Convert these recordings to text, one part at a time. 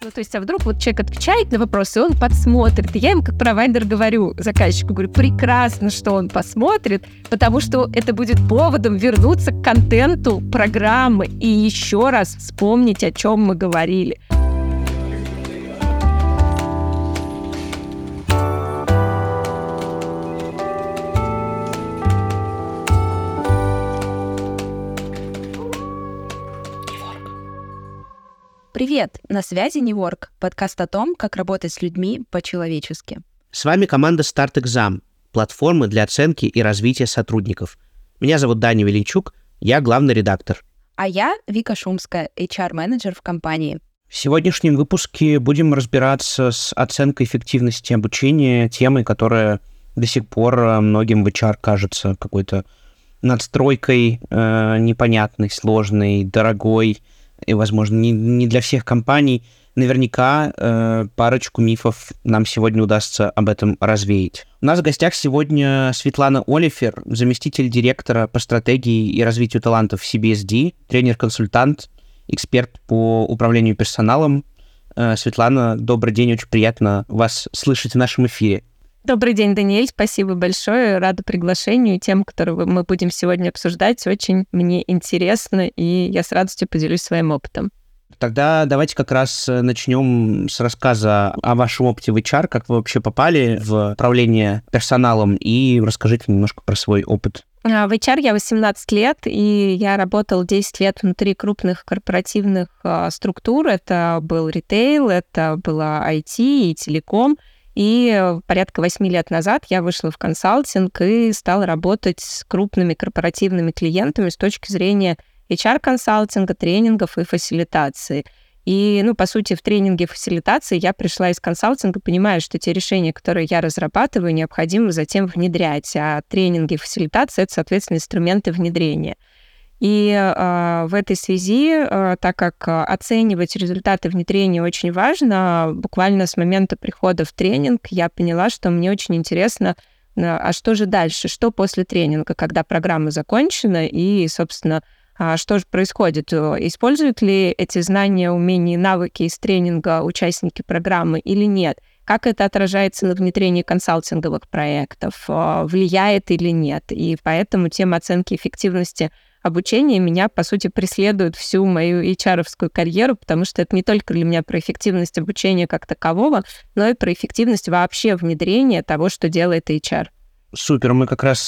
Ну, то есть, а вдруг вот человек отвечает на вопросы, и он подсмотрит. И я им как провайдер говорю, заказчику, говорю, прекрасно, что он посмотрит, потому что это будет поводом вернуться к контенту программы и еще раз вспомнить, о чем мы говорили. Привет! На связи Неворк, подкаст о том, как работать с людьми по-человечески. С вами команда StartExam, платформы для оценки и развития сотрудников. Меня зовут Даня Веленчук, я главный редактор. А я Вика Шумская, HR-менеджер в компании. В сегодняшнем выпуске будем разбираться с оценкой эффективности обучения, темой, которая до сих пор многим в HR кажется какой-то надстройкой, непонятной, сложной, дорогой, и, возможно, не для всех компаний. Наверняка парочку мифов нам сегодня удастся об этом развеять. У нас в гостях сегодня Светлана Олифер, заместитель директора по стратегии и развитию талантов в CBSD, тренер-консультант, эксперт по управлению персоналом. Светлана, добрый день, очень приятно вас слышать в нашем эфире. Добрый день, Даниэль, спасибо большое, рада приглашению. Тема, которую мы будем сегодня обсуждать, очень мне интересна, и я с радостью поделюсь своим опытом. Тогда давайте как раз начнем с рассказа о вашем опыте в HR, как вы вообще попали в управление персоналом, и расскажите немножко про свой опыт. В HR я 18 лет, и я работала 10 лет внутри крупных корпоративных структур. Это был ритейл, это было IT и телеком. И порядка 8 лет назад я вышла в консалтинг и стала работать с крупными корпоративными клиентами с точки зрения HR-консалтинга, тренингов и фасилитации. И, по сути, в тренинге и фасилитации я пришла из консалтинга, понимая, что те решения, которые я разрабатываю, необходимо затем внедрять. А тренинги и фасилитация — это, соответственно, инструменты внедрения. И в этой связи, так как оценивать результаты внедрения очень важно, буквально с момента прихода в тренинг я поняла, что мне очень интересно, а что же дальше, что после тренинга, когда программа закончена, и, собственно, что же происходит? Используют ли эти знания, умения и навыки из тренинга участники программы или нет? Как это отражается на внедрении консалтинговых проектов? Влияет или нет? И поэтому тема оценки эффективности обучение меня, по сути, преследует всю мою HR-овскую карьеру, потому что это не только для меня про эффективность обучения как такового, но и про эффективность вообще внедрения того, что делает HR. Супер, мы как раз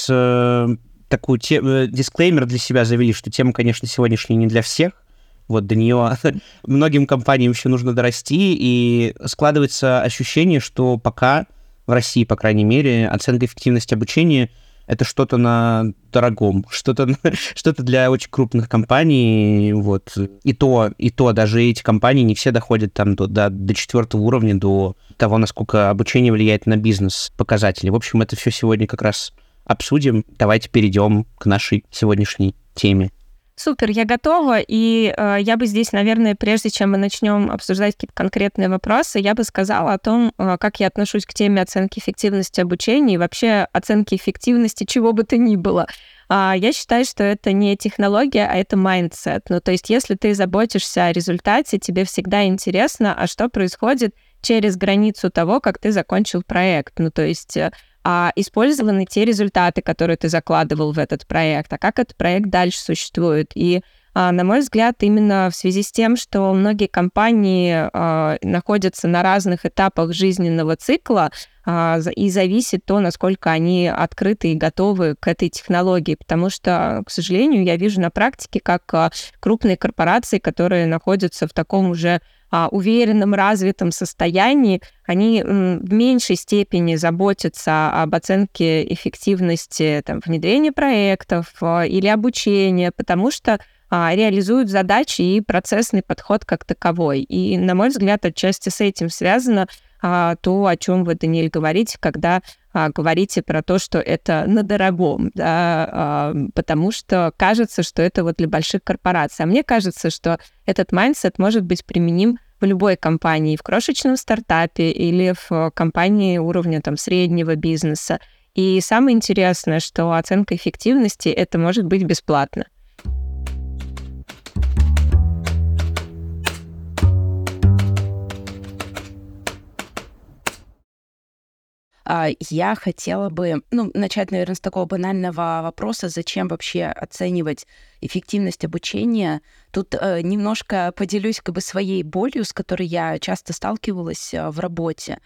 такую дисклеймер для себя завели, что тема, конечно, сегодняшняя не для всех. Вот до нее многим компаниям еще нужно дорасти, и складывается ощущение, что пока в России, по крайней мере, оценка эффективности обучения — это что-то на дорогом, что-то для очень крупных компаний, вот. И то даже эти компании не все доходят там до 4-го уровня, до того, насколько обучение влияет на бизнес-показатели. В общем, это все сегодня как раз обсудим. Давайте перейдем к нашей сегодняшней теме. Супер, я готова, и я бы здесь, наверное, прежде чем мы начнем обсуждать какие-то конкретные вопросы, я бы сказала о том, как я отношусь к теме оценки эффективности обучения и вообще оценки эффективности чего бы то ни было. Я считаю, что это не технология, а это майндсет. То есть если ты заботишься о результате, тебе всегда интересно, а что происходит через границу того, как ты закончил проект. То есть использованы те результаты, которые ты закладывал в этот проект, а как этот проект дальше существует. И, на мой взгляд, именно в связи с тем, что многие компании находятся на разных этапах жизненного цикла, и зависит то, насколько они открыты и готовы к этой технологии. Потому что, к сожалению, я вижу на практике, как крупные корпорации, которые находятся в таком уже уверенном, развитом состоянии, они в меньшей степени заботятся об оценке эффективности внедрения проектов или обучения, потому что реализуют задачи и процессный подход как таковой. И, на мой взгляд, отчасти с этим связано то, о чем вы, Даниэль, говорите, когда говорите про то, что это на дорогом, да, потому что кажется, что это вот для больших корпораций. А мне кажется, что этот майндсет может быть применим в любой компании, в крошечном стартапе или в компании уровня среднего бизнеса. И самое интересное, что оценка эффективности — это может быть бесплатно. Я хотела бы начать, наверное, с такого банального вопроса, зачем вообще оценивать эффективность обучения. Тут немножко поделюсь своей болью, с которой я часто сталкивалась в работе.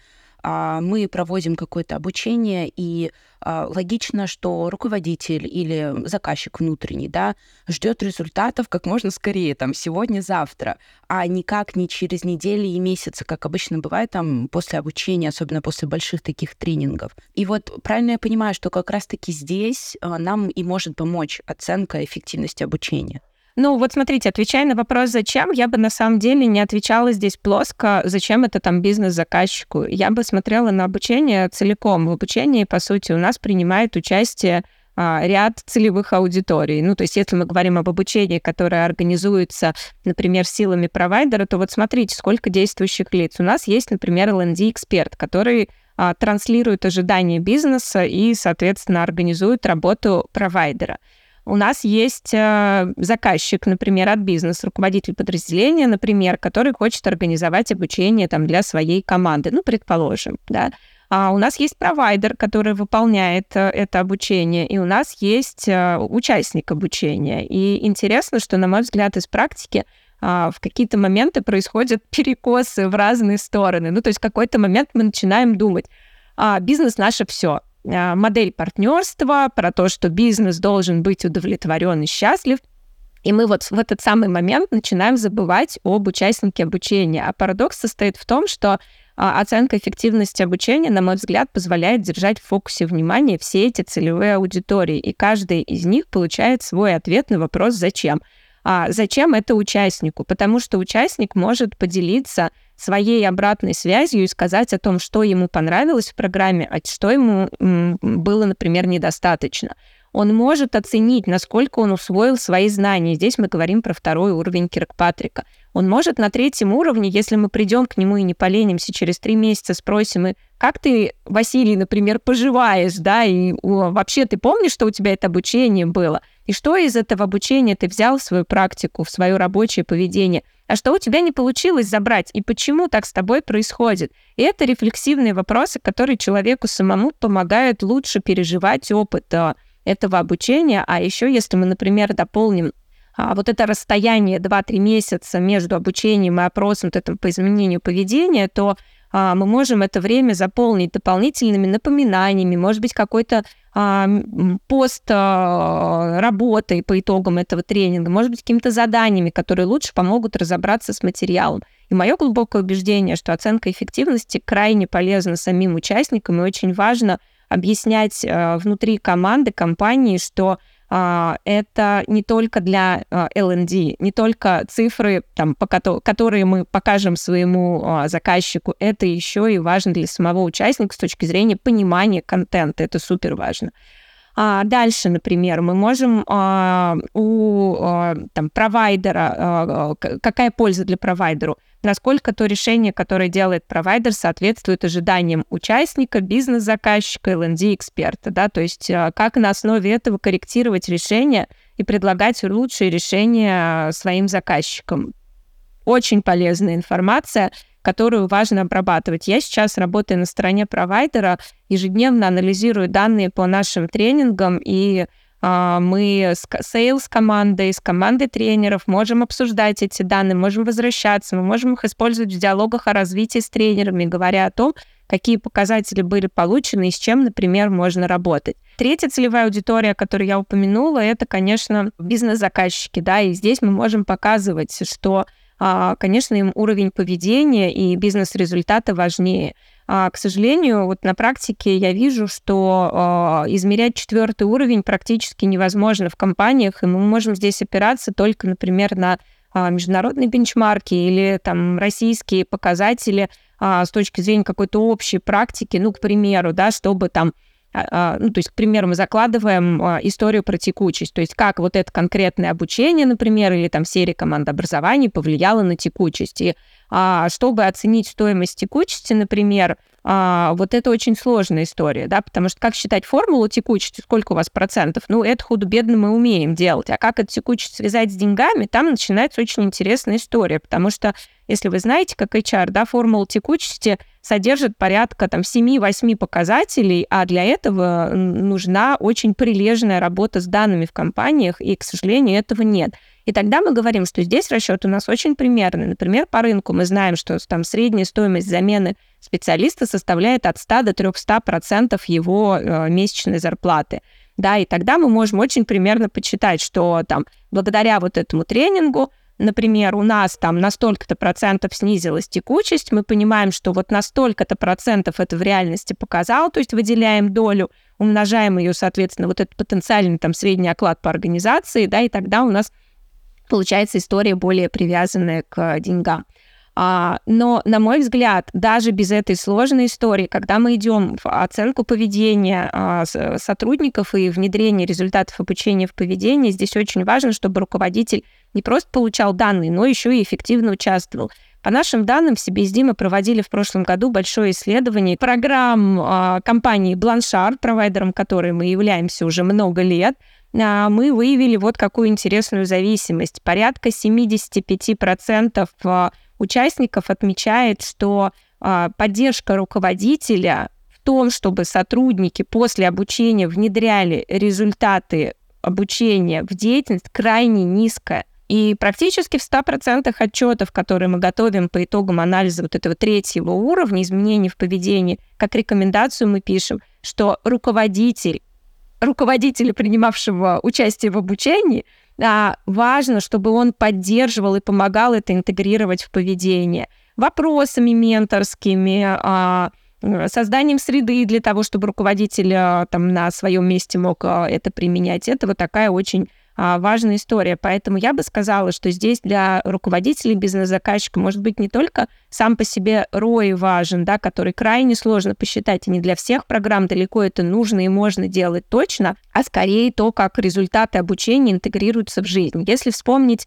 Мы проводим какое-то обучение, и логично, что руководитель или заказчик внутренний, ждет результатов как можно скорее, сегодня-завтра, а никак не через недели и месяцы, как обычно бывает после обучения, особенно после больших таких тренингов. И вот правильно я понимаю, что как раз-таки здесь нам и может помочь оценка эффективности обучения. Вот смотрите, отвечая на вопрос «зачем?», я бы на самом деле не отвечала здесь плоско «зачем это бизнес-заказчику?». Я бы смотрела на обучение целиком. В обучении, по сути, у нас принимает участие ряд целевых аудиторий. То есть если мы говорим об обучении, которое организуется, например, силами провайдера, то вот смотрите, сколько действующих лиц. У нас есть, например, L&D-эксперт, который транслирует ожидания бизнеса и, соответственно, организует работу провайдера. У нас есть заказчик, например, от бизнеса, руководитель подразделения, например, который хочет организовать обучение для своей команды, предположим, А у нас есть провайдер, который выполняет это обучение, и у нас есть участник обучения. И интересно, что, на мой взгляд, из практики в какие-то моменты происходят перекосы в разные стороны. То есть в какой-то момент мы начинаем думать, бизнес наше все. Модель партнерства, про то, что бизнес должен быть удовлетворен и счастлив. И мы вот в этот самый момент начинаем забывать об участнике обучения. А парадокс состоит в том, что оценка эффективности обучения, на мой взгляд, позволяет держать в фокусе внимания все эти целевые аудитории. И каждый из них получает свой ответ на вопрос «зачем?». Зачем это участнику? Потому что участник может поделиться своей обратной связью и сказать о том, что ему понравилось в программе, а что ему было, например, недостаточно. Он может оценить, насколько он усвоил свои знания. Здесь мы говорим про второй уровень Киркпатрика. Он может на третьем уровне, если мы придем к нему и не поленимся, через 3 месяца спросим, как ты, Василий, например, поживаешь, и вообще ты помнишь, что у тебя это обучение было? И что из этого обучения ты взял в свою практику, в свое рабочее поведение? А что у тебя не получилось забрать? И почему так с тобой происходит? И это рефлексивные вопросы, которые человеку самому помогают лучше переживать опыт этого обучения. А еще, если мы, например, дополним вот это расстояние 2-3 месяца между обучением и опросом по изменению поведения, то мы можем это время заполнить дополнительными напоминаниями, может быть, какой-то пост работой по итогам этого тренинга, может быть, какими-то заданиями, которые лучше помогут разобраться с материалом. И мое глубокое убеждение, что оценка эффективности крайне полезна самим участникам, и очень важно объяснять внутри команды, компании, что это не только для L&D, не только цифры, которые мы покажем своему заказчику, это еще и важно для самого участника с точки зрения понимания контента. Это супер важно. Дальше, например, мы можем у провайдера, какая польза для провайдера, насколько то решение, которое делает провайдер, соответствует ожиданиям участника, бизнес-заказчика, L&D-эксперта, то есть как на основе этого корректировать решение и предлагать лучшие решения своим заказчикам. Очень полезная информация, которую важно обрабатывать. Я сейчас, работая на стороне провайдера, ежедневно анализирую данные по нашим тренингам, и мы с сейлс-командой, с командой тренеров можем обсуждать эти данные, можем возвращаться, мы можем их использовать в диалогах о развитии с тренерами, говоря о том, какие показатели были получены и с чем, например, можно работать. Третья целевая аудитория, которую я упомянула, это, конечно, бизнес-заказчики, и здесь мы можем показывать, что конечно, им уровень поведения и бизнес-результаты важнее. К сожалению, на практике я вижу, что измерять 4-й уровень практически невозможно в компаниях, и мы можем здесь опираться только, например, на международные бенчмарки или российские показатели с точки зрения какой-то общей практики, к примеру, чтобы то есть, к примеру, мы закладываем историю про текучесть, то есть как вот это конкретное обучение, например, или серия командообразований повлияло на текучесть. И чтобы оценить стоимость текучести, например, вот это очень сложная история, потому что как считать формулу текучести, сколько у вас процентов, это худо-бедно мы умеем делать, а как эту текучесть связать с деньгами, там начинается очень интересная история, потому что если вы знаете, как HR, да, формула текучести содержит порядка 7-8 показателей, а для этого нужна очень прилежная работа с данными в компаниях, и, к сожалению, этого нет. И тогда мы говорим, что здесь расчет у нас очень примерный. Например, по рынку мы знаем, что там средняя стоимость замены специалиста составляет от 100 до 300% его месячной зарплаты. Да, и тогда мы можем очень примерно подсчитать, что там благодаря вот этому тренингу, например, у нас там на столько-то процентов снизилась текучесть, мы понимаем, что вот на столько-то процентов это в реальности показал, то есть выделяем долю, умножаем ее, соответственно, вот этот потенциальный там средний оклад по организации, да, и тогда у нас получается история более привязанная к деньгам. Но, на мой взгляд, даже без этой сложной истории, когда мы идем в оценку поведения сотрудников и внедрение результатов обучения в поведении, здесь очень важно, чтобы руководитель не просто получал данные, но еще и эффективно участвовал. По нашим данным, в CBSD мы проводили в прошлом году большое исследование программ компании Blanchard, провайдером которой мы являемся уже много лет. Мы выявили вот какую интересную зависимость. Порядка 75% участников отмечает, что поддержка руководителя в том, чтобы сотрудники после обучения внедряли результаты обучения в деятельность, крайне низкая. И практически в 100% отчетов, которые мы готовим по итогам анализа вот этого третьего уровня изменений в поведении, как рекомендацию мы пишем, что руководителя, принимавшего участие в обучении, важно, чтобы он поддерживал и помогал это интегрировать в поведение вопросами менторскими, созданием среды для того, чтобы руководитель там на своем месте мог это применять. Это вот такая очень важная история. Поэтому я бы сказала, что здесь для руководителей бизнес-заказчика может быть не только сам по себе ROI важен, да, который крайне сложно посчитать, и не для всех программ далеко это нужно и можно делать точно, а скорее то, как результаты обучения интегрируются в жизнь. Если вспомнить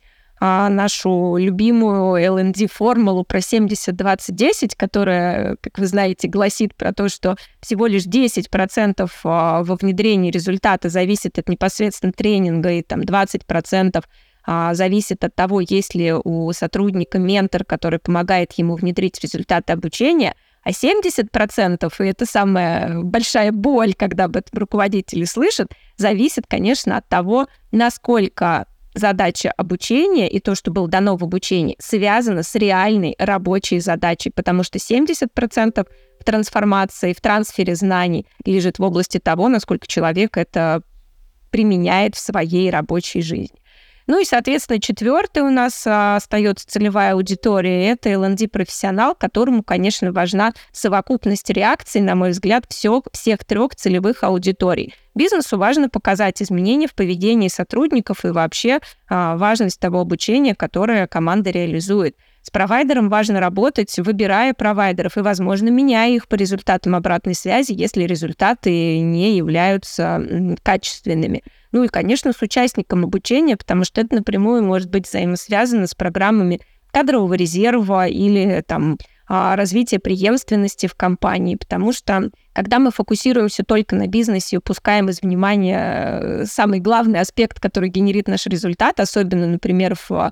нашу любимую L&D-формулу про 70-20-10, которая, как вы знаете, гласит про то, что всего лишь 10% во внедрении результата зависит от непосредственно тренинга, и там 20% зависит от того, есть ли у сотрудника ментор, который помогает ему внедрить результаты обучения, а 70%, и это самая большая боль, когда об этом руководители слышат, зависит, конечно, от того, насколько задача обучения и то, что было дано в обучении, связано с реальной рабочей задачей, потому что 70% в трансформации, в трансфере знаний лежит в области того, насколько человек это применяет в своей рабочей жизни. Ну и, соответственно, четвертый у нас остается целевая аудитория. Это L&D-профессионал, которому, конечно, важна совокупность реакций, на мой взгляд, всех трех целевых аудиторий. Бизнесу важно показать изменения в поведении сотрудников и вообще важность того обучения, которое команда реализует. С провайдером важно работать, выбирая провайдеров и, возможно, меняя их по результатам обратной связи, если результаты не являются качественными. Ну и, конечно, с участником обучения, потому что это напрямую может быть взаимосвязано с программами кадрового резерва или там развития преемственности в компании, потому что когда мы фокусируемся только на бизнесе и упускаем из внимания самый главный аспект, который генерит наш результат, особенно, например, в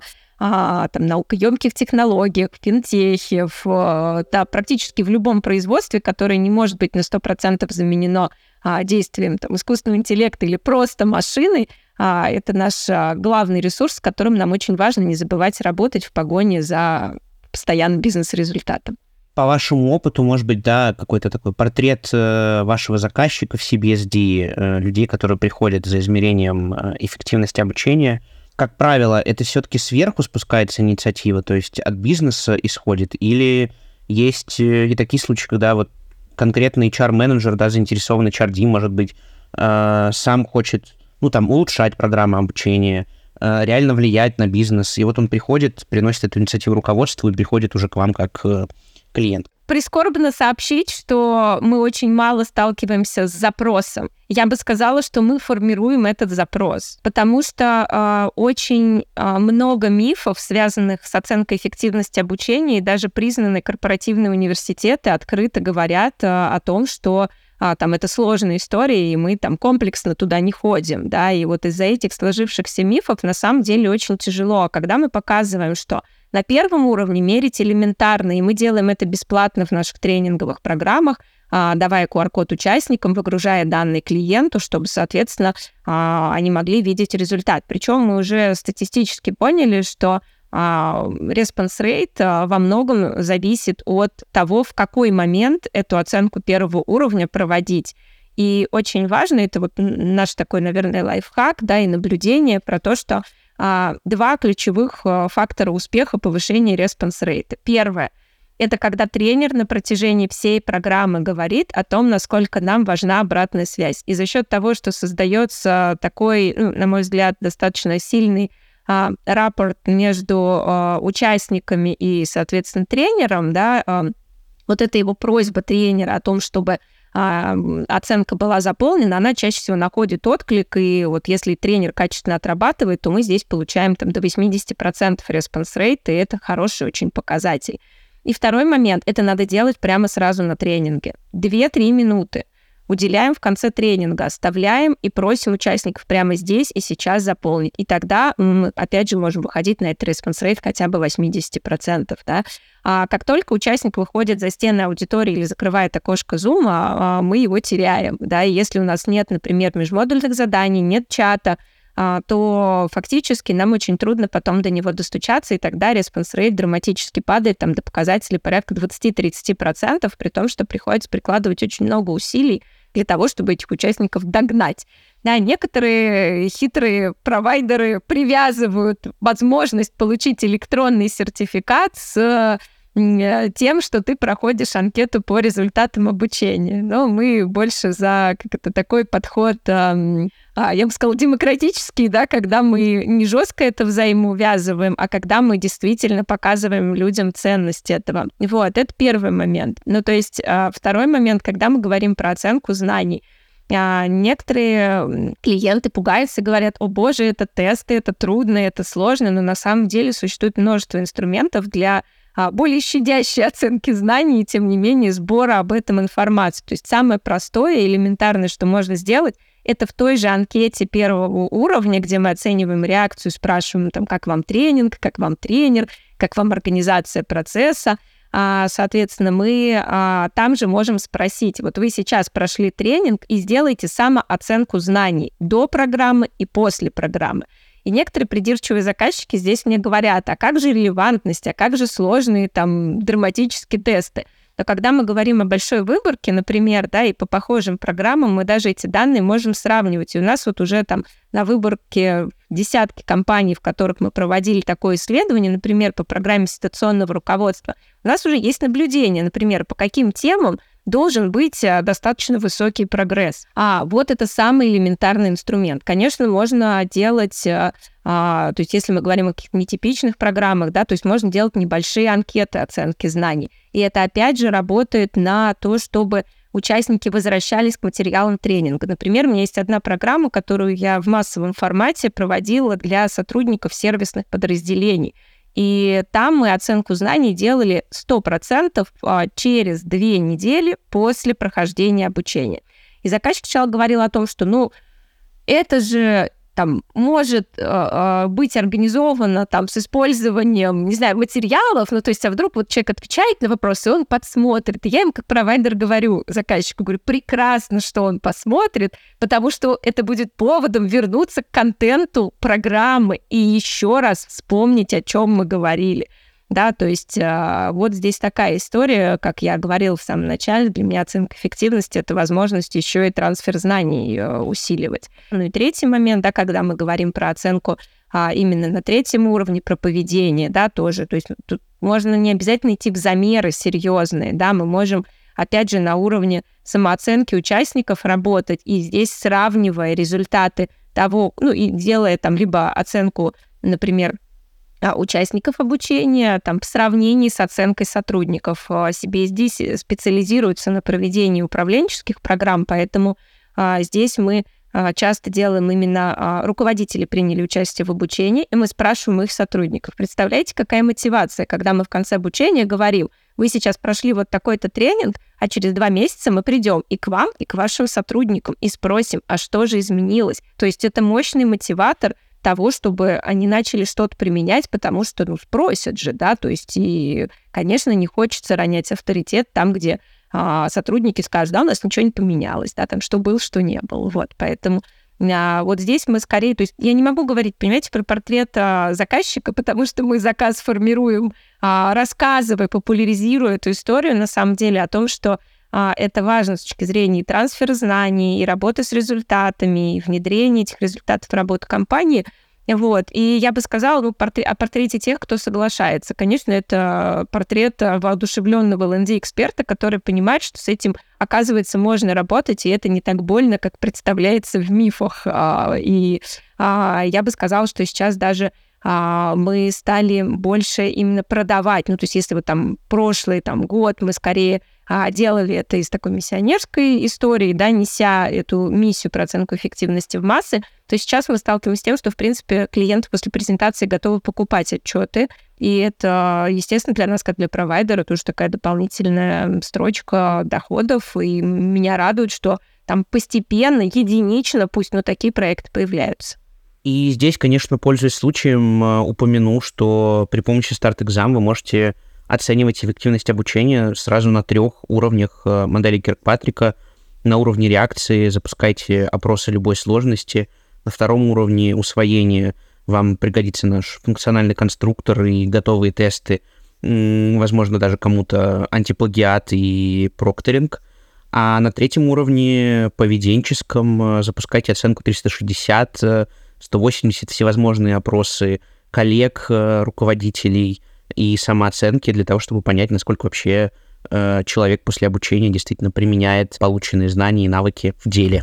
наукоемких технологиях, в финтехе, практически в любом производстве, которое не может быть на 100% заменено действием искусственного интеллекта или просто машины, это наш главный ресурс, с которым нам очень важно не забывать работать в погоне за постоянным бизнес-результатом. По вашему опыту, может быть, да, какой-то такой портрет вашего заказчика в CBSD, людей, которые приходят за измерением эффективности обучения. Как правило, это все-таки сверху спускается инициатива, то есть от бизнеса исходит, или есть и такие случаи, когда вот конкретный HR-менеджер, да, заинтересованный HRD, может быть, сам хочет, улучшать программу обучения, реально влиять на бизнес, и вот он приходит, приносит эту инициативу руководству и приходит уже к вам как клиент. Прискорбно сообщить, что мы очень мало сталкиваемся с запросом. Я бы сказала, что мы формируем этот запрос, потому что очень много мифов, связанных с оценкой эффективности обучения, и даже признанные корпоративные университеты открыто говорят о том, что там это сложная история, и мы там комплексно туда не ходим, да, и вот из-за этих сложившихся мифов на самом деле очень тяжело. Когда мы показываем, что на первом уровне мерить элементарно, и мы делаем это бесплатно в наших тренинговых программах, давая QR-код участникам, выгружая данные клиенту, чтобы, соответственно, они могли видеть результат. Причем мы уже статистически поняли, что response rate во многом зависит от того, в какой момент эту оценку первого уровня проводить. И очень важно, это вот наш такой, наверное, лайфхак, да, и наблюдение про то, что два ключевых фактора успеха повышения response rate. Первое — это когда тренер на протяжении всей программы говорит о том, насколько нам важна обратная связь. И за счет того, что создается такой, на мой взгляд, достаточно сильный рапорт между участниками и, соответственно, тренером, да, вот эта его просьба тренера о том, чтобы оценка была заполнена, она чаще всего находит отклик, и вот если тренер качественно отрабатывает, то мы здесь получаем там до 80% response rate, и это хороший очень показатель. И второй момент, это надо делать прямо сразу на тренинге. 2-3 минуты уделяем в конце тренинга, оставляем и просим участников прямо здесь и сейчас заполнить. И тогда мы, опять же, можем выходить на этот response rate хотя бы 80%. Да? А как только участник выходит за стены аудитории или закрывает окошко Zoom, мы его теряем. Да? И если у нас нет, например, межмодульных заданий, нет чата, то фактически нам очень трудно потом до него достучаться, и тогда response rate драматически падает там, до показателей порядка 20-30%, при том, что приходится прикладывать очень много усилий для того, чтобы этих участников догнать. Да, некоторые хитрые провайдеры привязывают возможность получить электронный сертификат с тем, что ты проходишь анкету по результатам обучения. Но мы больше за такой подход, я бы сказала, демократический, да, когда мы не жестко это взаимоувязываем, а когда мы действительно показываем людям ценность этого. Вот, это первый момент. Ну, то есть второй момент, когда мы говорим про оценку знаний. Некоторые клиенты пугаются и говорят: о боже, это тесты, это трудно, это сложно, но на самом деле существует множество инструментов для более щадящей оценки знаний и, тем не менее, сбора об этом информации. То есть самое простое и элементарное, что можно сделать, это в той же анкете первого уровня, где мы оцениваем реакцию, спрашиваем, там, как вам тренинг, как вам тренер, как вам организация процесса. Соответственно, мы там же можем спросить: вот вы сейчас прошли тренинг и сделайте самооценку знаний до программы и после программы. И некоторые придирчивые заказчики здесь мне говорят: а как же релевантность, а как же сложные там драматические тесты? Но когда мы говорим о большой выборке, например, да, и по похожим программам, мы даже эти данные можем сравнивать. И у нас вот уже там на выборке десятки компаний, в которых мы проводили такое исследование, например, по программе ситуационного руководства, у нас уже есть наблюдение, например, по каким темам должен быть достаточно высокий прогресс. Вот это самый элементарный инструмент. Конечно, можно делать, то есть если мы говорим о каких-то нетипичных программах, да, то есть можно делать небольшие анкеты оценки знаний. И это, опять же, работает на то, чтобы участники возвращались к материалам тренинга. Например, у меня есть одна программа, которую я в массовом формате проводила для сотрудников сервисных подразделений. И там мы оценку знаний делали 100% через 2 недели после прохождения обучения. И заказчик сначала говорил о том, что, это же там может быть организовано там с использованием, не знаю, материалов, то есть, а вдруг вот человек отвечает на вопросы, и он подсмотрит. И я им как провайдер говорю, заказчику, говорю: прекрасно, что он посмотрит, потому что это будет поводом вернуться к контенту программы и еще раз вспомнить, о чем мы говорили. Да, то есть вот здесь такая история, как я говорила в самом начале, для меня оценка эффективности — это возможность еще и трансфер знаний усиливать. И третий момент, да, когда мы говорим про оценку именно на третьем уровне, про поведение, да, тоже, то есть тут можно не обязательно идти в замеры серьезные, да, мы можем, опять же, на уровне самооценки участников работать, и здесь сравнивая результаты того, и делая там либо оценку, например, участников обучения, там, в сравнении с оценкой сотрудников. CBSD специализируется на проведении управленческих программ, поэтому здесь мы часто делаем именно руководители приняли участие в обучении, и мы спрашиваем их сотрудников. Представляете, какая мотивация, когда мы в конце обучения говорим: вы сейчас прошли вот такой-то тренинг, а через 2 месяца мы придем и к вам, и к вашим сотрудникам, и спросим, а что же изменилось? То есть это мощный мотиватор того, чтобы они начали что-то применять, потому что, спросят же, да, то есть и, конечно, не хочется ронять авторитет там, где сотрудники скажут, да, у нас ничего не поменялось, да, там, что был, что не был, вот, поэтому вот здесь мы скорее, то есть я не могу говорить, понимаете, про портрет заказчика, потому что мы заказ формируем, рассказывая, популяризируя эту историю, на самом деле, о том, что это важно с точки зрения и трансфера знаний, и работы с результатами, и внедрения этих результатов в работу компании. Вот. И я бы сказала о портрете тех, кто соглашается. Конечно, это портрет воодушевленного L&D-эксперта, который понимает, что с этим, оказывается, можно работать, и это не так больно, как представляется в мифах. И я бы сказала, что сейчас даже мы стали больше именно продавать. То есть если вот там прошлый год мы скорее делали это из такой миссионерской истории, да, неся эту миссию про оценку эффективности в массы, то сейчас мы сталкиваемся с тем, что, в принципе, клиенты после презентации готовы покупать отчеты, и это, естественно, для нас, как для провайдера, тоже такая дополнительная строчка доходов, и меня радует, что там постепенно, единично, пусть, но такие проекты появляются. И здесь, конечно, пользуясь случаем, упомяну, что при помощи StartExam вы можете оценивать эффективность обучения сразу на 3 уровнях модели Киркпатрика. На уровне реакции запускайте опросы любой сложности. На 2 уровне усвоения вам пригодится наш функциональный конструктор и готовые тесты. Возможно, даже кому-то антиплагиат и прокторинг. А на 3 уровне поведенческом запускайте оценку 360, 180 всевозможные опросы коллег, руководителей и самооценки для того, чтобы понять, насколько вообще человек после обучения действительно применяет полученные знания и навыки в деле.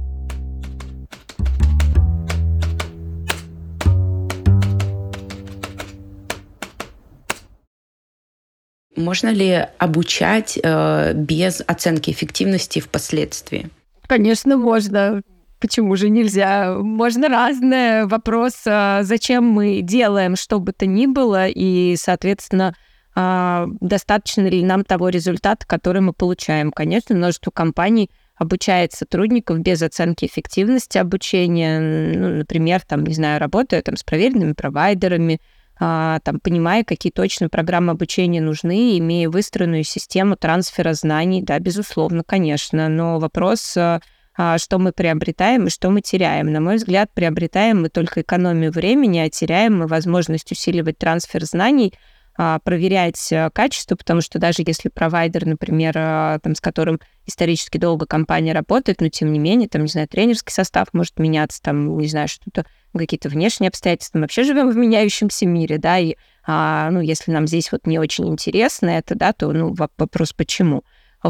Можно ли обучать без оценки эффективности впоследствии? Конечно, можно. Почему же нельзя? Можно разное. Вопрос, зачем мы делаем что бы то ни было, и, соответственно, достаточно ли нам того результата, который мы получаем. Конечно, множество компаний обучает сотрудников без оценки эффективности обучения. Например, работая с проверенными провайдерами, понимая, какие точно программы обучения нужны, имея выстроенную систему трансфера знаний, да, безусловно, конечно. Но вопрос, что мы приобретаем и что мы теряем. На мой взгляд, приобретаем мы только экономию времени, а теряем мы возможность усиливать трансфер знаний, проверять качество, потому что даже если провайдер, например, с которым исторически долго компания работает, но тем не менее, тренерский состав может меняться, что-то, какие-то внешние обстоятельства. Мы вообще живем в меняющемся мире, да, и если нам здесь не очень интересно это, да, то вопрос почему.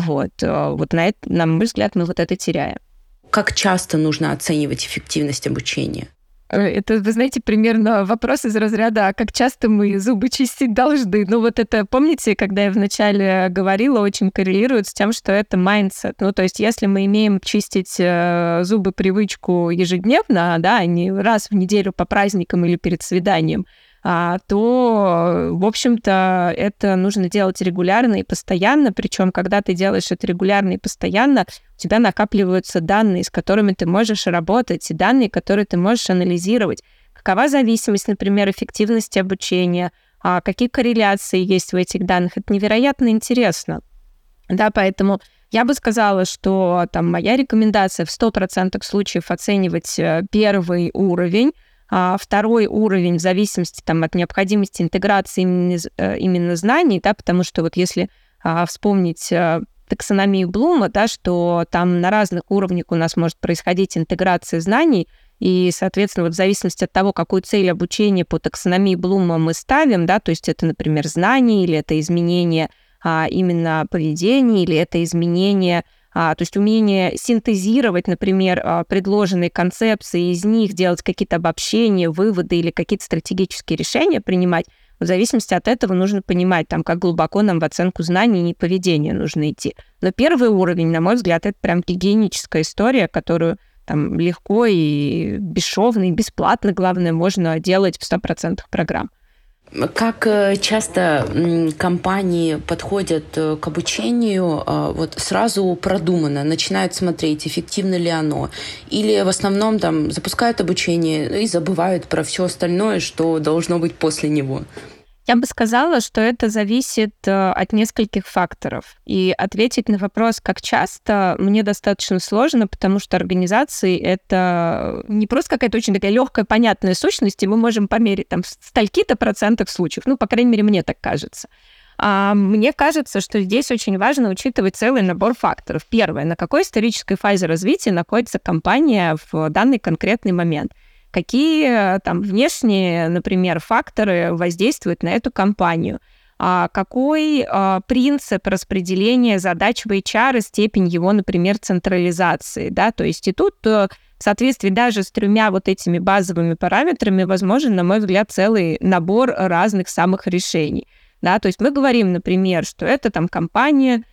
На мой взгляд, мы это теряем. Как часто нужно оценивать эффективность обучения? Это, вы знаете, примерно вопрос из разряда, как часто мы зубы чистить должны. Это, помните, когда я вначале говорила, очень коррелирует с тем, что это mindset. То есть если мы имеем чистить зубы привычку ежедневно, да, а не раз в неделю по праздникам или перед свиданием, то, в общем-то, это нужно делать регулярно и постоянно, причем, когда ты делаешь это регулярно и постоянно, у тебя накапливаются данные, с которыми ты можешь работать, и данные, которые ты можешь анализировать. Какова зависимость, например, эффективности обучения, какие корреляции есть в этих данных. Это невероятно интересно. Да, поэтому я бы сказала, что моя рекомендация в 100% случаев оценивать 1 уровень, 2 уровень в зависимости от необходимости интеграции именно знаний, да, потому что если вспомнить таксономию Блума, да, что там на разных уровнях у нас может происходить интеграция знаний, и, соответственно, в зависимости от того, какую цель обучения по таксономии Блума мы ставим, да, то есть это, например, знание, или это изменение именно поведения, или это изменение, то есть умение синтезировать, например, предложенные концепции, из них делать какие-то обобщения, выводы или какие-то стратегические решения принимать. В зависимости от этого нужно понимать, как глубоко нам в оценку знаний и поведения нужно идти. Но 1 уровень, на мой взгляд, это прям гигиеническая история, которую легко и бесшовно, и бесплатно, главное, можно делать в 100% программ. Как часто компании подходят к обучению вот сразу продуманно, начинают смотреть, эффективно ли оно, или в основном там запускают обучение и забывают про все остальное, что должно быть после него? Я бы сказала, что это зависит от нескольких факторов. И ответить на вопрос, как часто, мне достаточно сложно, потому что организации — это не просто какая-то очень такая легкая, понятная сущность, и мы можем померить там в стольки-то процентах случаев. Ну, по крайней мере, мне так кажется. А мне кажется, что здесь очень важно учитывать целый набор факторов. Первое, на какой исторической фазе развития находится компания в данный конкретный момент. Какие там внешние, например, факторы воздействуют на эту компанию, какой принцип распределения задач в HR и степень его, например, централизации, да, то есть и тут в соответствии даже с 3 вот этими базовыми параметрами возможен, на мой взгляд, целый набор разных самых решений, да, то есть мы говорим, например, что это там компания,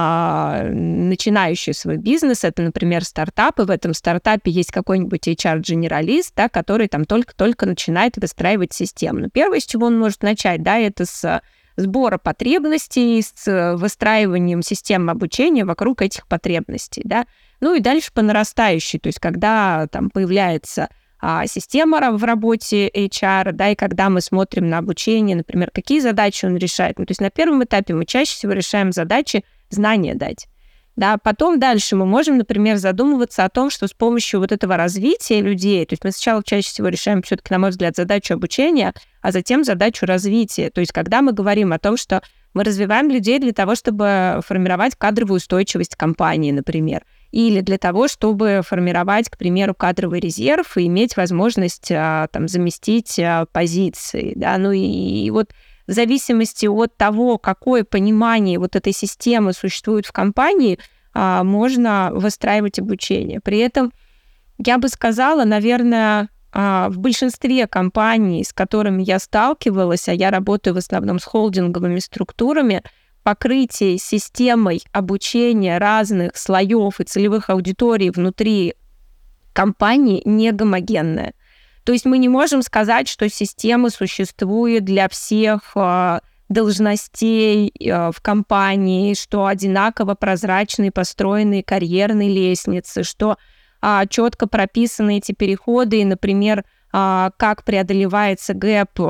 начинающий свой бизнес, это, например, стартап, и в этом стартапе есть какой-нибудь HR-генералист, да, который там только-только начинает выстраивать систему. Но первое, с чего он может начать, да, это с сбора потребностей, с выстраиванием системы обучения вокруг этих потребностей, да. Ну и дальше по нарастающей, то есть когда там появляется система в работе HR, да, и когда мы смотрим на обучение, например, какие задачи он решает. Ну, то есть на первом этапе мы чаще всего решаем задачи знания дать. Да, потом дальше мы можем, например, задумываться о том, что с помощью вот этого развития людей, то есть мы сначала чаще всего решаем все-таки, на мой взгляд, задачу обучения, а затем задачу развития. То есть когда мы говорим о том, что мы развиваем людей для того, чтобы формировать кадровую устойчивость компании, например, или для того, чтобы формировать, к примеру, кадровый резерв и иметь возможность там заместить позиции, да, ну и вот в зависимости от того, какое понимание вот этой системы существует в компании, можно выстраивать обучение. При этом я бы сказала, наверное, в большинстве компаний, с которыми я сталкивалась, а я работаю в основном с холдинговыми структурами, покрытие системой обучения разных слоев и целевых аудиторий внутри компании не гомогенное. То есть мы не можем сказать, что система существует для всех должностей в компании, что одинаково прозрачные построенные карьерные лестницы, что четко прописаны эти переходы, и, например, как преодолевается гэп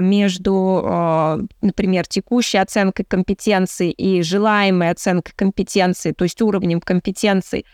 между, например, текущей оценкой компетенций и желаемой оценкой компетенций, то есть уровнем компетенций.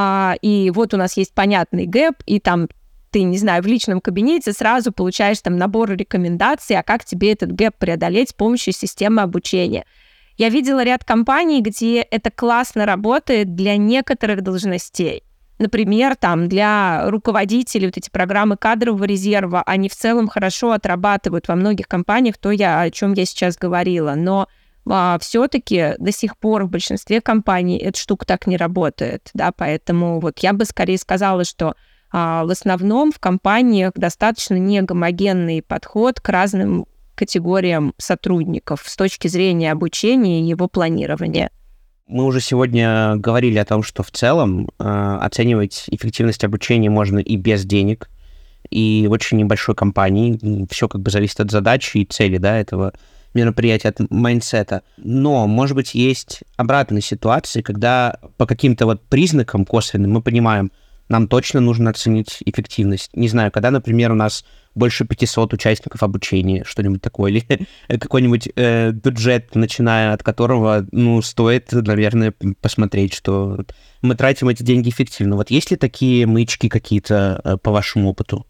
И вот у нас есть понятный гэп, и там ты, не знаю, в личном кабинете сразу получаешь там набор рекомендаций, а как тебе этот гэп преодолеть с помощью системы обучения. Я видела ряд компаний, где это классно работает для некоторых должностей. Например, там для руководителей вот эти программы кадрового резерва, они в целом хорошо отрабатывают во многих компаниях то, о чем я сейчас говорила. Но все-таки до сих пор в большинстве компаний эта штука так не работает. Да? Поэтому вот я бы скорее сказала, что в основном в компаниях достаточно негомогенный подход к разным категориям сотрудников с точки зрения обучения и его планирования. Мы уже сегодня говорили о том, что в целом оценивать эффективность обучения можно и без денег, и в очень небольшой компании. Все как бы зависит от задачи и цели, да, этого мероприятия, от майндсета. Но, может быть, есть обратные ситуации, когда по каким-то вот признакам косвенным мы понимаем, нам точно нужно оценить эффективность. Не знаю, когда, например, у нас больше 500 участников обучения, что-нибудь такое, или какой-нибудь бюджет, начиная от которого, стоит, наверное, посмотреть, что мы тратим эти деньги эффективно. Вот есть ли такие маячки какие-то по вашему опыту?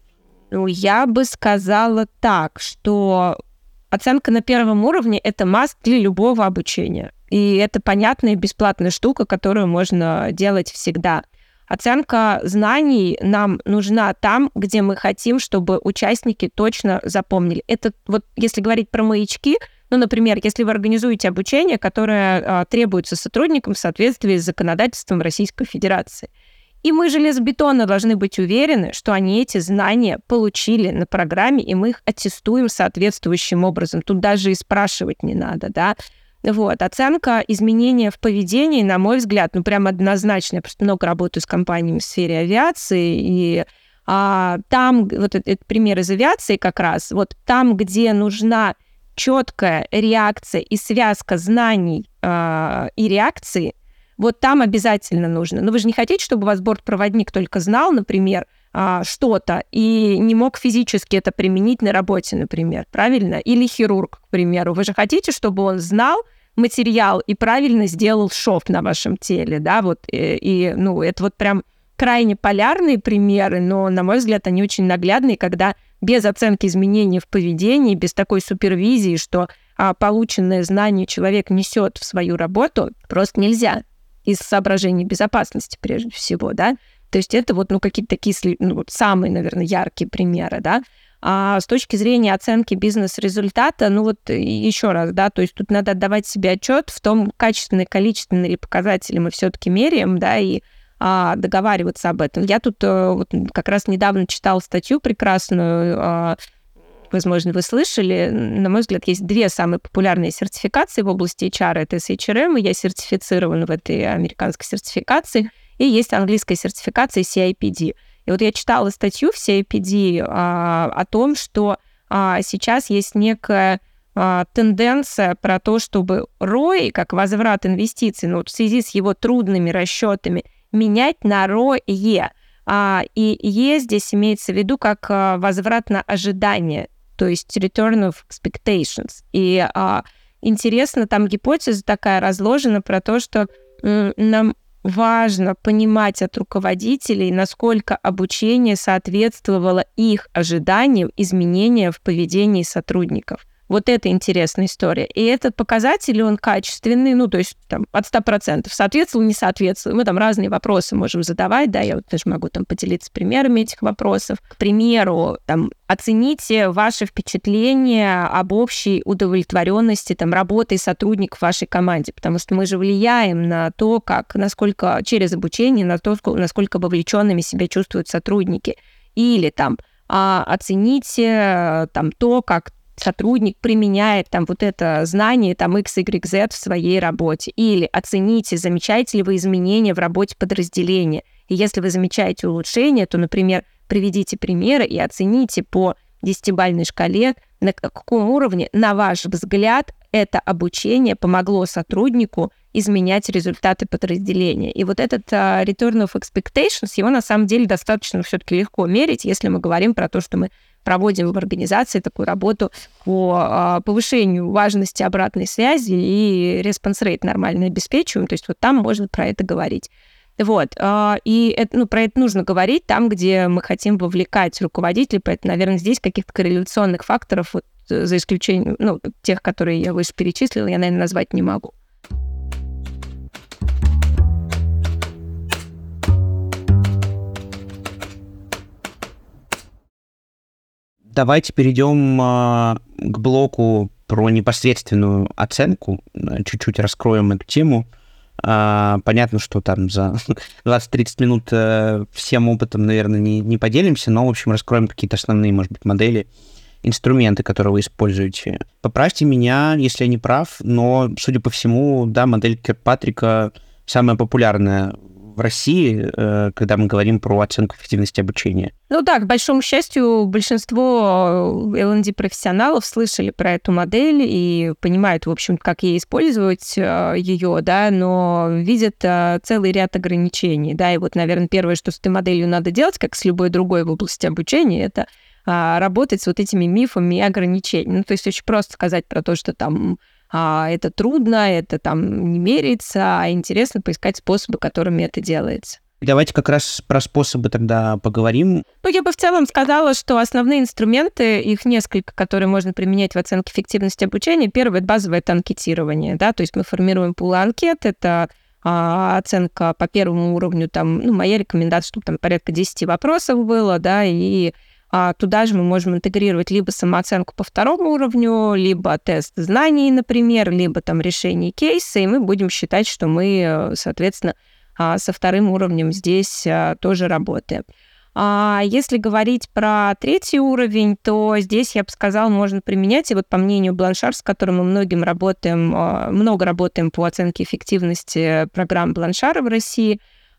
Я бы сказала так, что оценка на первом уровне — это must для любого обучения. И это понятная бесплатная штука, которую можно делать всегда. Оценка знаний нам нужна там, где мы хотим, чтобы участники точно запомнили. Это вот если говорить про маячки, например, если вы организуете обучение, которое требуется сотрудникам в соответствии с законодательством Российской Федерации. И мы железобетонно должны быть уверены, что они эти знания получили на программе, и мы их аттестуем соответствующим образом. Тут даже и спрашивать не надо, да. Вот. Оценка изменения в поведении, на мой взгляд, прям однозначно. Я просто много работаю с компаниями в сфере авиации, и там, вот этот пример из авиации как раз, вот там, где нужна четкая реакция и связка знаний и реакции, вот там обязательно нужно. Но вы же не хотите, чтобы у вас бортпроводник только знал, например, что-то и не мог физически это применить на работе, например, правильно? Или хирург, к примеру. Вы же хотите, чтобы он знал материал и правильно сделал шов на вашем теле, да, вот, это вот прям крайне полярные примеры, но, на мой взгляд, они очень наглядные, когда без оценки изменений в поведении, без такой супервизии, что полученное знание человек несет в свою работу, просто нельзя из соображений безопасности, прежде всего, да. То есть это вот, какие-то такие, самые, наверное, яркие примеры, да. А с точки зрения оценки бизнес-результата, еще раз, да, то есть тут надо отдавать себе отчет в том, качественные, количественные ли показатели мы все-таки меряем, да, и договариваться об этом. Я тут как раз недавно читала статью прекрасную, возможно, вы слышали. На мой взгляд, есть две самые популярные сертификации в области HR. Это SHRM, и я сертифицирована в этой американской сертификации, и есть английская сертификация CIPD. И вот я читала статью в CIPD о том, что сейчас есть некая тенденция про то, чтобы ROI, как возврат инвестиций, в связи с его трудными расчетами, менять на ROE. И E здесь имеется в виду как возврат на ожидание, то есть return of expectations. И интересно, там гипотеза такая разложена про то, что нам важно понимать от руководителей, насколько обучение соответствовало их ожиданиям изменения в поведении сотрудников. Вот это интересная история. И этот показатель, он качественный, то есть там, от 100%. Соответствовал, не соответствовал. Мы там разные вопросы можем задавать, да, я вот даже могу там поделиться примерами этих вопросов. К примеру, там, оцените ваши впечатления об общей удовлетворенности там, работой сотрудников в вашей команде, потому что мы же влияем на то, насколько через обучение, на то, насколько вовлеченными себя чувствуют сотрудники. Или там оцените там, то, как сотрудник применяет там вот это знание там X, Y, Z в своей работе. Или оцените, замечаете ли вы изменения в работе подразделения. И если вы замечаете улучшения, то, например, приведите примеры и оцените по 10-бальной шкале, на каком уровне, на ваш взгляд, это обучение помогло сотруднику изменять результаты подразделения. И вот этот return of expectations, его на самом деле достаточно все-таки легко мерить, если мы говорим про то, что мы проводим в организации такую работу по повышению важности обратной связи и response rate нормально обеспечиваем. То есть вот там можно про это говорить. Вот. И это, про это нужно говорить там, где мы хотим вовлекать руководителей. Поэтому, наверное, здесь каких-то корреляционных факторов, вот, за исключением тех, которые я выше перечислила, я, наверное, назвать не могу. Давайте перейдем к блоку про непосредственную оценку. Чуть-чуть раскроем эту тему. Понятно, что там за 20-30 минут всем опытом, наверное, не поделимся, но, в общем, раскроем какие-то основные, может быть, модели, инструменты, которые вы используете. Поправьте меня, если я не прав, но, судя по всему, да, модель Киркпатрика самая популярная в России, когда мы говорим про оценку эффективности обучения. Да, к большому счастью, большинство L&D-профессионалов слышали про эту модель и понимают, в общем, как ей использовать ее, да, но видят целый ряд ограничений, да, и вот, наверное, первое, что с этой моделью надо делать, как с любой другой в области обучения, это работать с вот этими мифами и ограничениями. То есть очень просто сказать про то, что там это трудно, это там не меряется, а интересно поискать способы, которыми это делается. Давайте как раз про способы тогда поговорим. Я бы в целом сказала, что основные инструменты, их несколько, которые можно применять в оценке эффективности обучения. Первое — это базовое анкетирование, да, то есть мы формируем пул анкет, это оценка по первому уровню, там, моя рекомендация, чтобы там порядка 10 вопросов было, да, и туда же мы можем интегрировать либо самооценку по второму уровню, либо тест знаний, например, либо там решение кейса, и мы будем считать, что мы, соответственно, со вторым уровнем здесь тоже работаем. Если говорить про третий уровень, то здесь, я бы сказала, можно применять, и вот по мнению Бланшар, с которым мы много работаем по оценке эффективности программ Бланшара в России,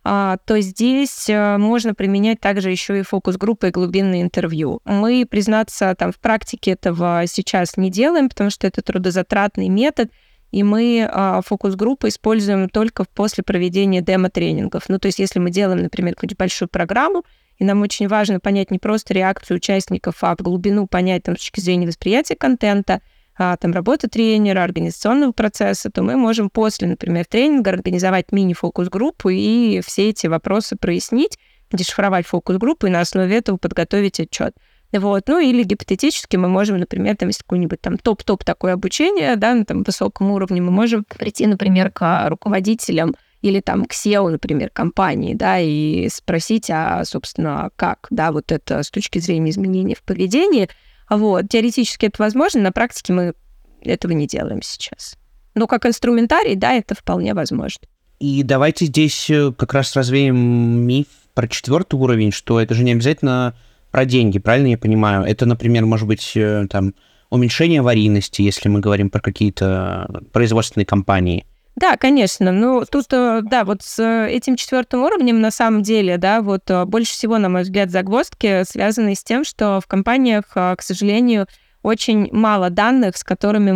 то здесь можно применять также еще и фокус-группы и глубинные интервью. Мы, признаться, там в практике этого сейчас не делаем, потому что это трудозатратный метод, и мы фокус-группы используем только после проведения демо-тренингов. Ну, то есть если мы делаем, например, какую-то большую программу, и нам очень важно понять не просто реакцию участников, а в глубину понять там, с точки зрения восприятия контента, там, работы тренера, организационного процесса, то мы можем после, например, тренинга организовать мини-фокус-группу и все эти вопросы прояснить, дешифровать фокус-группу и на основе этого подготовить отчет. Вот. Ну, или гипотетически мы можем, например, там, если какой-нибудь там топ-топ такое обучение, да, на там, высоком уровне, мы можем прийти, например, к руководителям или там к SEO, например, компании, да, и спросить, собственно, как, да, вот это с точки зрения изменений в поведении. Вот. Теоретически это возможно, на практике мы этого не делаем сейчас. Но как инструментарий, да, это вполне возможно. И давайте здесь как раз развеем миф про 4-й уровень, что это же не обязательно про деньги, правильно я понимаю? Это, например, может быть, там, уменьшение аварийности, если мы говорим про какие-то производственные компании. Да, конечно. Ну, тут, да, вот с этим 4-м уровнем, на самом деле, да, вот больше всего, на мой взгляд, загвоздки связаны с тем, что в компаниях, к сожалению, очень мало данных, которые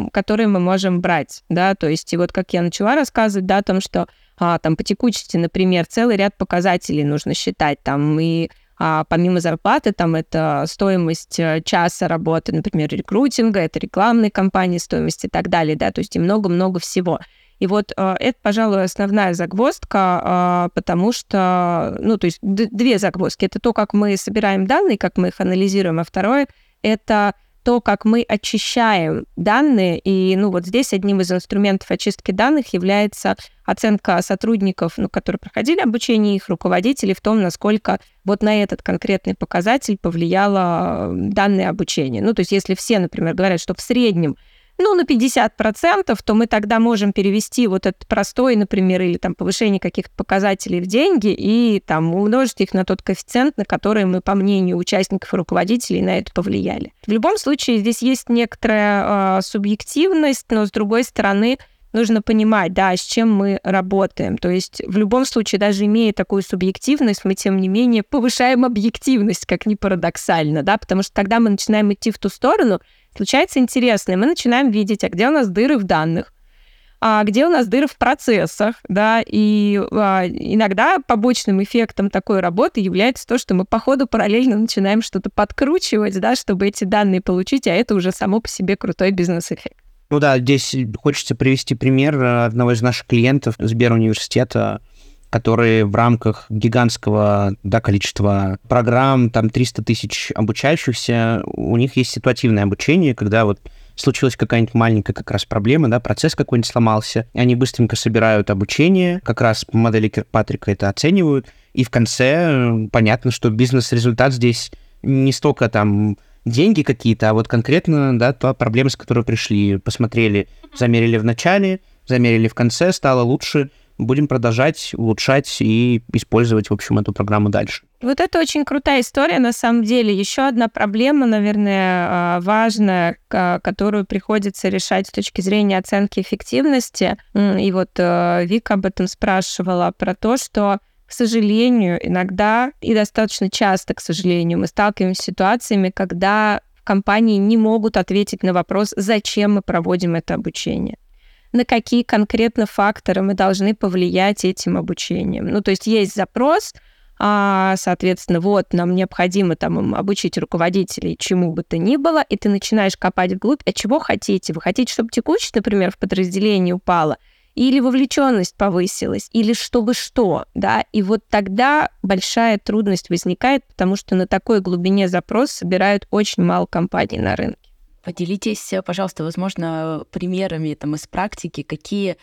мы можем брать, да, то есть, и вот как я начала рассказывать, да, о том, что там по текучести, например, целый ряд показателей нужно считать, там, и помимо зарплаты, там, это стоимость часа работы, например, рекрутинга, это рекламные кампании, стоимость и так далее, да, то есть, и много-много всего. И вот это, пожалуй, основная загвоздка, потому что, ну, то есть две загвоздки. Это то, как мы собираем данные, как мы их анализируем, а второе — это то, как мы очищаем данные. И, ну, вот здесь одним из инструментов очистки данных является оценка сотрудников, ну, которые проходили обучение, их руководителей в том, насколько вот на этот конкретный показатель повлияло данное обучение. Ну, то есть если все, например, говорят, что в среднем ну, на 50%, то мы тогда можем перевести вот этот простой, например, или там повышение каких-то показателей в деньги и там умножить их на тот коэффициент, на который мы, по мнению участников и руководителей, на это повлияли. В любом случае, здесь есть некоторая субъективность, но, с другой стороны, нужно понимать, да, с чем мы работаем. То есть в любом случае, даже имея такую субъективность, мы, тем не менее, повышаем объективность, как ни парадоксально, да, потому что когда мы начинаем идти в ту сторону, случается интересное. Мы начинаем видеть, а где у нас дыры в данных, а где у нас дыры в процессах, да, и иногда побочным эффектом такой работы является то, что мы по ходу параллельно начинаем что-то подкручивать, да, чтобы эти данные получить, а это уже само по себе крутой бизнес-эффект. Ну да, здесь хочется привести пример одного из наших клиентов, Сберуниверситета, которые в рамках гигантского, да, количества программ, там 300 тысяч обучающихся, у них есть ситуативное обучение, когда вот случилась какая-нибудь маленькая как раз проблема, да, процесс какой-нибудь сломался, и они быстренько собирают обучение, как раз по модели Киркпатрика это оценивают, и в конце понятно, что бизнес-результат здесь не столько там деньги какие-то, а вот конкретно, да, та проблема, с которой пришли, посмотрели, замерили в начале, замерили в конце, стало лучше, будем продолжать, улучшать и использовать, в общем, эту программу дальше. Вот это очень крутая история, на самом деле. Еще одна проблема, наверное, важная, которую приходится решать с точки зрения оценки эффективности. И вот Вика об этом спрашивала, про то, что, к сожалению, иногда и достаточно часто, к сожалению, мы сталкиваемся с ситуациями, когда компании не могут ответить на вопрос, зачем мы проводим это обучение, на какие конкретно факторы мы должны повлиять этим обучением. Ну, то есть есть запрос, соответственно, вот нам необходимо там обучить руководителей чему бы то ни было, и ты начинаешь копать вглубь, а чего хотите? Вы хотите, чтобы текучесть, например, в подразделении упала, или вовлеченность повысилась, или чтобы что, да? И вот тогда большая трудность возникает, потому что на такой глубине запрос собирают очень мало компаний на рынке. Поделитесь, пожалуйста, возможно, примерами там, из практики, какие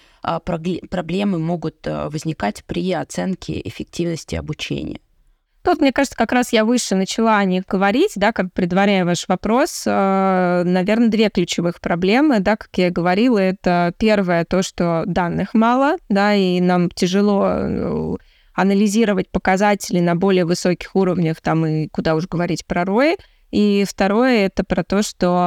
проблемы могут возникать при оценке эффективности обучения. Тут, мне кажется, как раз я выше начала о них говорить, да, как предваряя ваш вопрос. Наверное, две ключевых проблемы, да, как я и говорила, это первое, то, что данных мало, да, и нам тяжело анализировать показатели на более высоких уровнях, там, и куда уж говорить про ROI. И второе, это про то,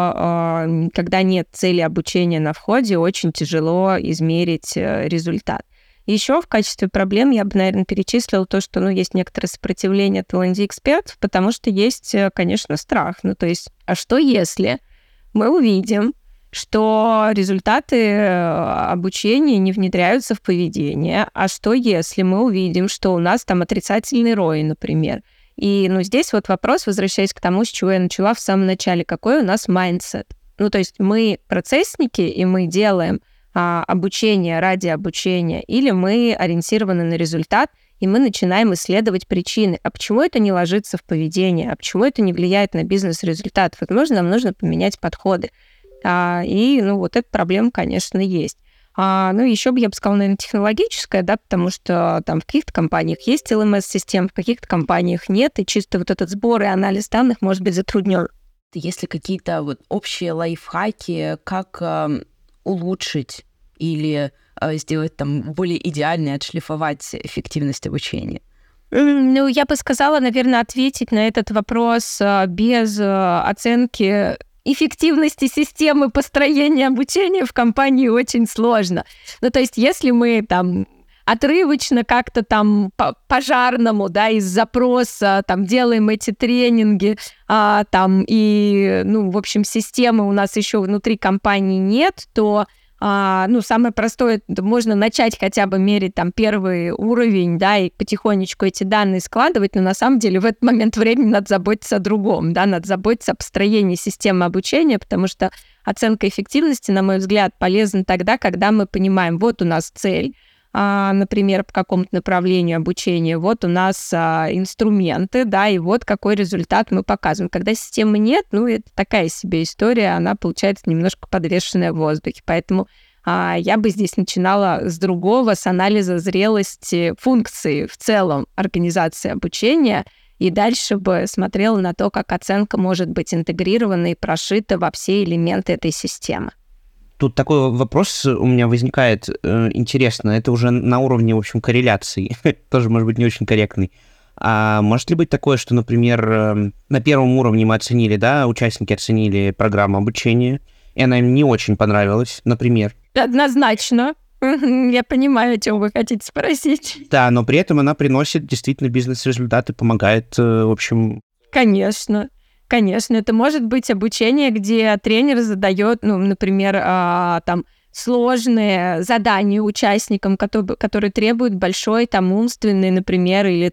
что когда нет цели обучения на входе, очень тяжело измерить результат. Еще в качестве проблем я бы, наверное, перечислила то, что, есть некоторое сопротивление от L&D-экспертов, потому что есть, конечно, страх. То есть, а что если мы увидим, что результаты обучения не внедряются в поведение, а что если мы увидим, что у нас там отрицательный ROI, например. И здесь вопрос, возвращаясь к тому, с чего я начала в самом начале, какой у нас майндсет. То есть мы процессники, и мы делаем обучение ради обучения, или мы ориентированы на результат, и мы начинаем исследовать причины. А почему это не ложится в поведение? А почему это не влияет на бизнес-результат? Возможно, нам нужно поменять подходы. Эта проблема, конечно, есть. Еще бы я бы сказала, наверное, технологическая, да, потому что там в каких-то компаниях есть LMS-систем, в каких-то компаниях нет, и чисто этот сбор и анализ данных может быть затруднен. Есть ли какие-то общие лайфхаки, как улучшить или сделать более идеальной, отшлифовать эффективность обучения? Я бы сказала, наверное, ответить на этот вопрос без оценки эффективности системы построения обучения в компании очень сложно. То есть если мы отрывочно как-то пожарному, да, из запроса делаем эти тренинги, в общем, системы у нас еще внутри компании нет, то самое простое, можно начать хотя бы мерить первый уровень, да, и потихонечку эти данные складывать, но на самом деле в этот момент времени надо заботиться о другом, да, надо заботиться о построении системы обучения, потому что оценка эффективности, на мой взгляд, полезна тогда, когда мы понимаем, вот у нас цель, например, по какому-то направлению обучения, вот у нас инструменты, да, и вот какой результат мы показываем. Когда системы нет, это такая себе история, она получается немножко подвешенная в воздухе. Поэтому я бы здесь начинала с другого, с анализа зрелости функций в целом организации обучения, и дальше бы смотрела на то, как оценка может быть интегрирована и прошита во все элементы этой системы. Тут такой вопрос у меня возникает, интересно, это уже на уровне, в общем, корреляции, тоже, может быть, не очень корректный. А может ли быть такое, что, например, на первом уровне мы оценили, да, участники оценили программу обучения, и она им не очень понравилась, например? Однозначно. Я понимаю, о чем вы хотите спросить. Да, но при этом она приносит действительно бизнес-результаты, помогает, в общем... Конечно. Конечно, это может быть обучение, где тренер задает, например, сложные задания участникам, которые требуют большой умственной, например, или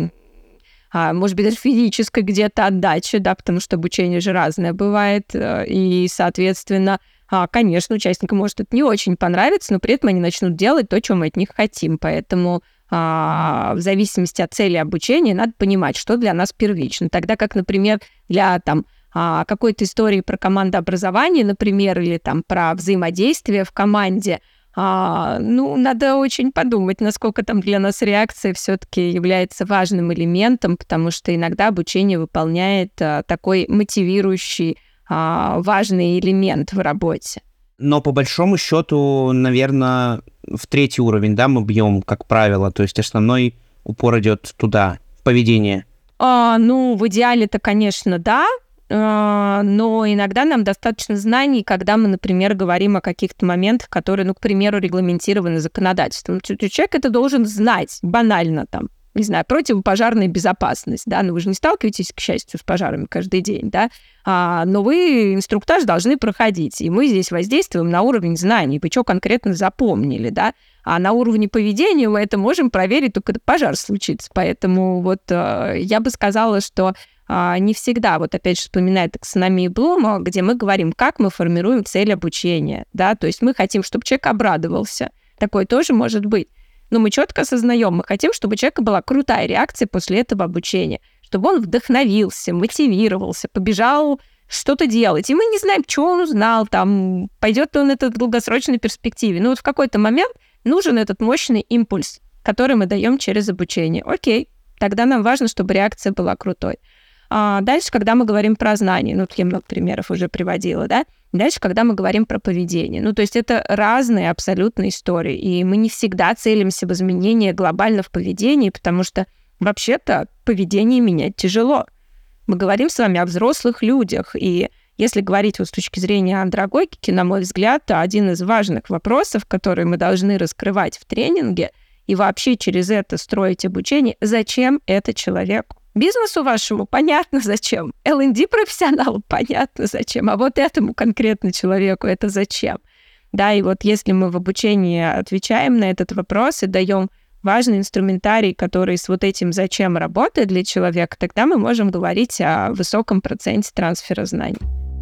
может быть, даже физической где-то отдачи, да, потому что обучение же разное бывает, и, соответственно, конечно, участникам может это не очень понравиться, но при этом они начнут делать то, чего мы от них хотим, поэтому... в зависимости от цели обучения надо понимать, что для нас первично. Тогда как, например, для какой-то истории про командообразование, например, или про взаимодействие в команде, надо очень подумать, насколько для нас реакция все-таки является важным элементом, потому что иногда обучение выполняет такой мотивирующий важный элемент в работе. Но по большому счету, наверное, в третий уровень, да, мы бьем, как правило, то есть основной упор идет туда, в поведение. В идеале-то, конечно, да, но иногда нам достаточно знаний, когда мы, например, говорим о каких-то моментах, которые, к примеру, регламентированы законодательством. Человек это должен знать банально не знаю, противопожарная безопасность, да, вы же не сталкиваетесь, к счастью, с пожарами каждый день, да, но вы инструктаж должны проходить, и мы здесь воздействуем на уровень знаний, вы что конкретно запомнили, да, а на уровне поведения мы это можем проверить только когда пожар случится, поэтому я бы сказала, что не всегда, опять же, вспоминая таксономию Блума, где мы говорим, как мы формируем цель обучения, да, то есть мы хотим, чтобы человек обрадовался, такое тоже может быть. Но мы четко осознаем, мы хотим, чтобы у человека была крутая реакция после этого обучения, чтобы он вдохновился, мотивировался, побежал что-то делать. И мы не знаем, что он узнал, пойдет ли он это в долгосрочной перспективе. В какой-то момент нужен этот мощный импульс, который мы даем через обучение. Окей, тогда нам важно, чтобы реакция была крутой. Дальше, когда мы говорим про знания, я много примеров уже приводила, да, дальше, когда мы говорим про поведение, то есть это разные абсолютно истории, и мы не всегда целимся в изменении глобально в поведении, потому что вообще-то поведение менять тяжело. Мы говорим с вами о взрослых людях, и если говорить с точки зрения андрогогики, на мой взгляд, один из важных вопросов, которые мы должны раскрывать в тренинге, и вообще через это строить обучение, зачем это человеку? Бизнесу вашему понятно зачем, L&D профессионалу понятно зачем, а вот этому конкретно человеку это зачем? Да, и вот если мы в обучении отвечаем на этот вопрос и даем важный инструментарий, который с вот этим зачем работает для человека, тогда мы можем говорить о высоком проценте трансфера знаний.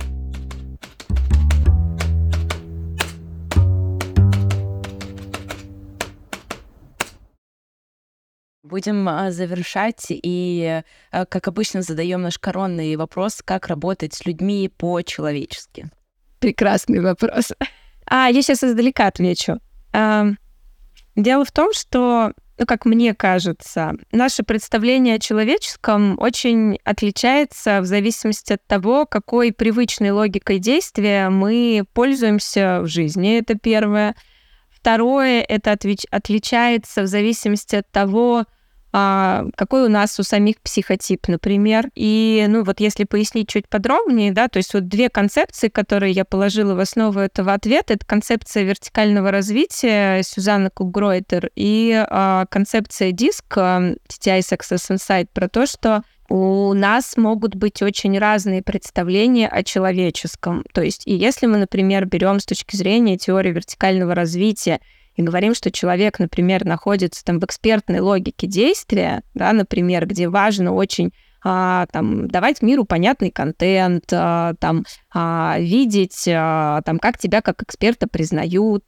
Будем завершать, и, как обычно, задаем наш коронный вопрос, как работать с людьми по-человечески. Прекрасный вопрос. Я сейчас издалека отвечу. Дело в том, что, как мне кажется, наше представление о человеческом очень отличается в зависимости от того, какой привычной логикой действия мы пользуемся в жизни. Это первое. Второе, это отличается в зависимости от того, какой у нас у самих психотип, например. И, вот если пояснить чуть подробнее, да, то есть вот две концепции, которые я положила в основу этого ответа, это концепция вертикального развития Сюзанны Кук-Гройтер и концепция DISC, TTI Success Insight, про то, что у нас могут быть очень разные представления о человеческом. То есть, и если мы, например, берем с точки зрения теории вертикального развития и говорим, что человек, например, находится там в экспертной логике действия, да, например, где важно очень давать миру понятный контент, видеть, как тебя как эксперта признают,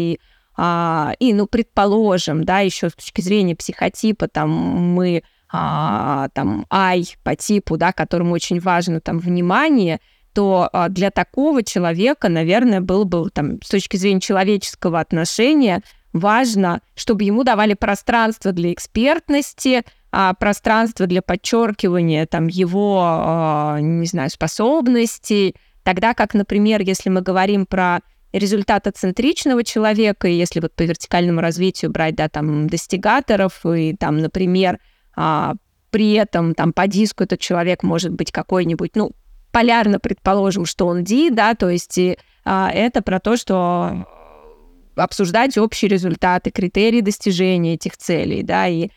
предположим, да, еще с точки зрения психотипа, мы по типу, да, которому очень важно внимание, то для такого человека, наверное, было бы с точки зрения человеческого отношения важно, чтобы ему давали пространство для экспертности, пространство для подчеркивания его, способностей, тогда как, например, если мы говорим про результатоцентричного человека, и если вот по вертикальному развитию брать, достигаторов, и например, при этом по диску этот человек может быть какой-нибудь, полярно предположим, что он D, да, то есть это про то, что обсуждать общие результаты, критерии достижения этих целей, да, и,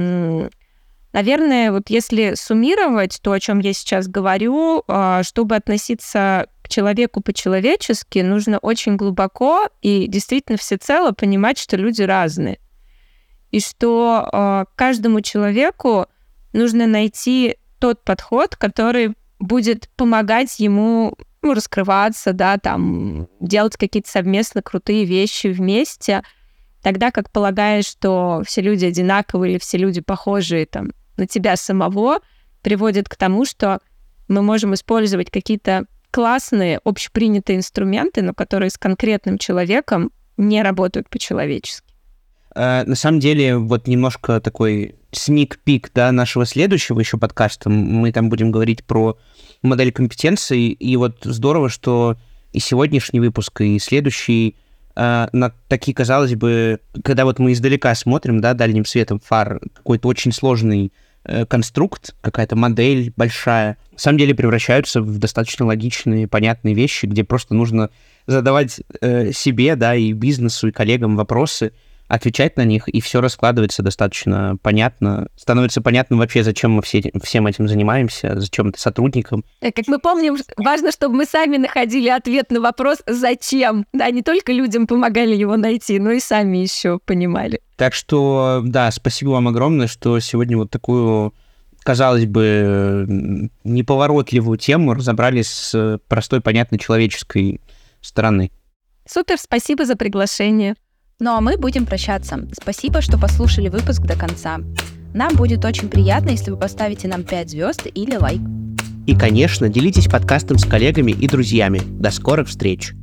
наверное, вот если суммировать то, о чем я сейчас говорю, чтобы относиться к человеку по-человечески, нужно очень глубоко и действительно всецело понимать, что люди разные, и что каждому человеку нужно найти тот подход, который будет помогать ему раскрываться, да, делать какие-то совместно крутые вещи вместе, тогда как полагаешь, что все люди одинаковые или все люди похожие на тебя самого, приводит к тому, что мы можем использовать какие-то классные общепринятые инструменты, но которые с конкретным человеком не работают по-человечески. На самом деле, вот немножко такой sneak-peek, да, нашего следующего еще подкаста. Мы там будем говорить про модель компетенций, и вот здорово, что и сегодняшний выпуск, и следующий на такие, казалось бы, когда вот мы издалека смотрим, да, дальним светом фар, какой-то очень сложный конструкт, какая-то модель большая, на самом деле превращаются в достаточно логичные, понятные вещи, где просто нужно задавать себе, да, и бизнесу, и коллегам вопросы, отвечать на них, и все раскладывается достаточно понятно. Становится понятно вообще, зачем мы всем этим занимаемся, зачем это сотрудникам. Как мы помним, важно, чтобы мы сами находили ответ на вопрос «зачем?». Да, не только людям помогали его найти, но и сами еще понимали. Так что, да, спасибо вам огромное, что сегодня вот такую, казалось бы, неповоротливую тему разобрали с простой, понятной человеческой стороны. Супер, спасибо за приглашение. Ну а мы будем прощаться. Спасибо, что послушали выпуск до конца. Нам будет очень приятно, если вы поставите нам 5 звезд или лайк. И, конечно, делитесь подкастом с коллегами и друзьями. До скорых встреч!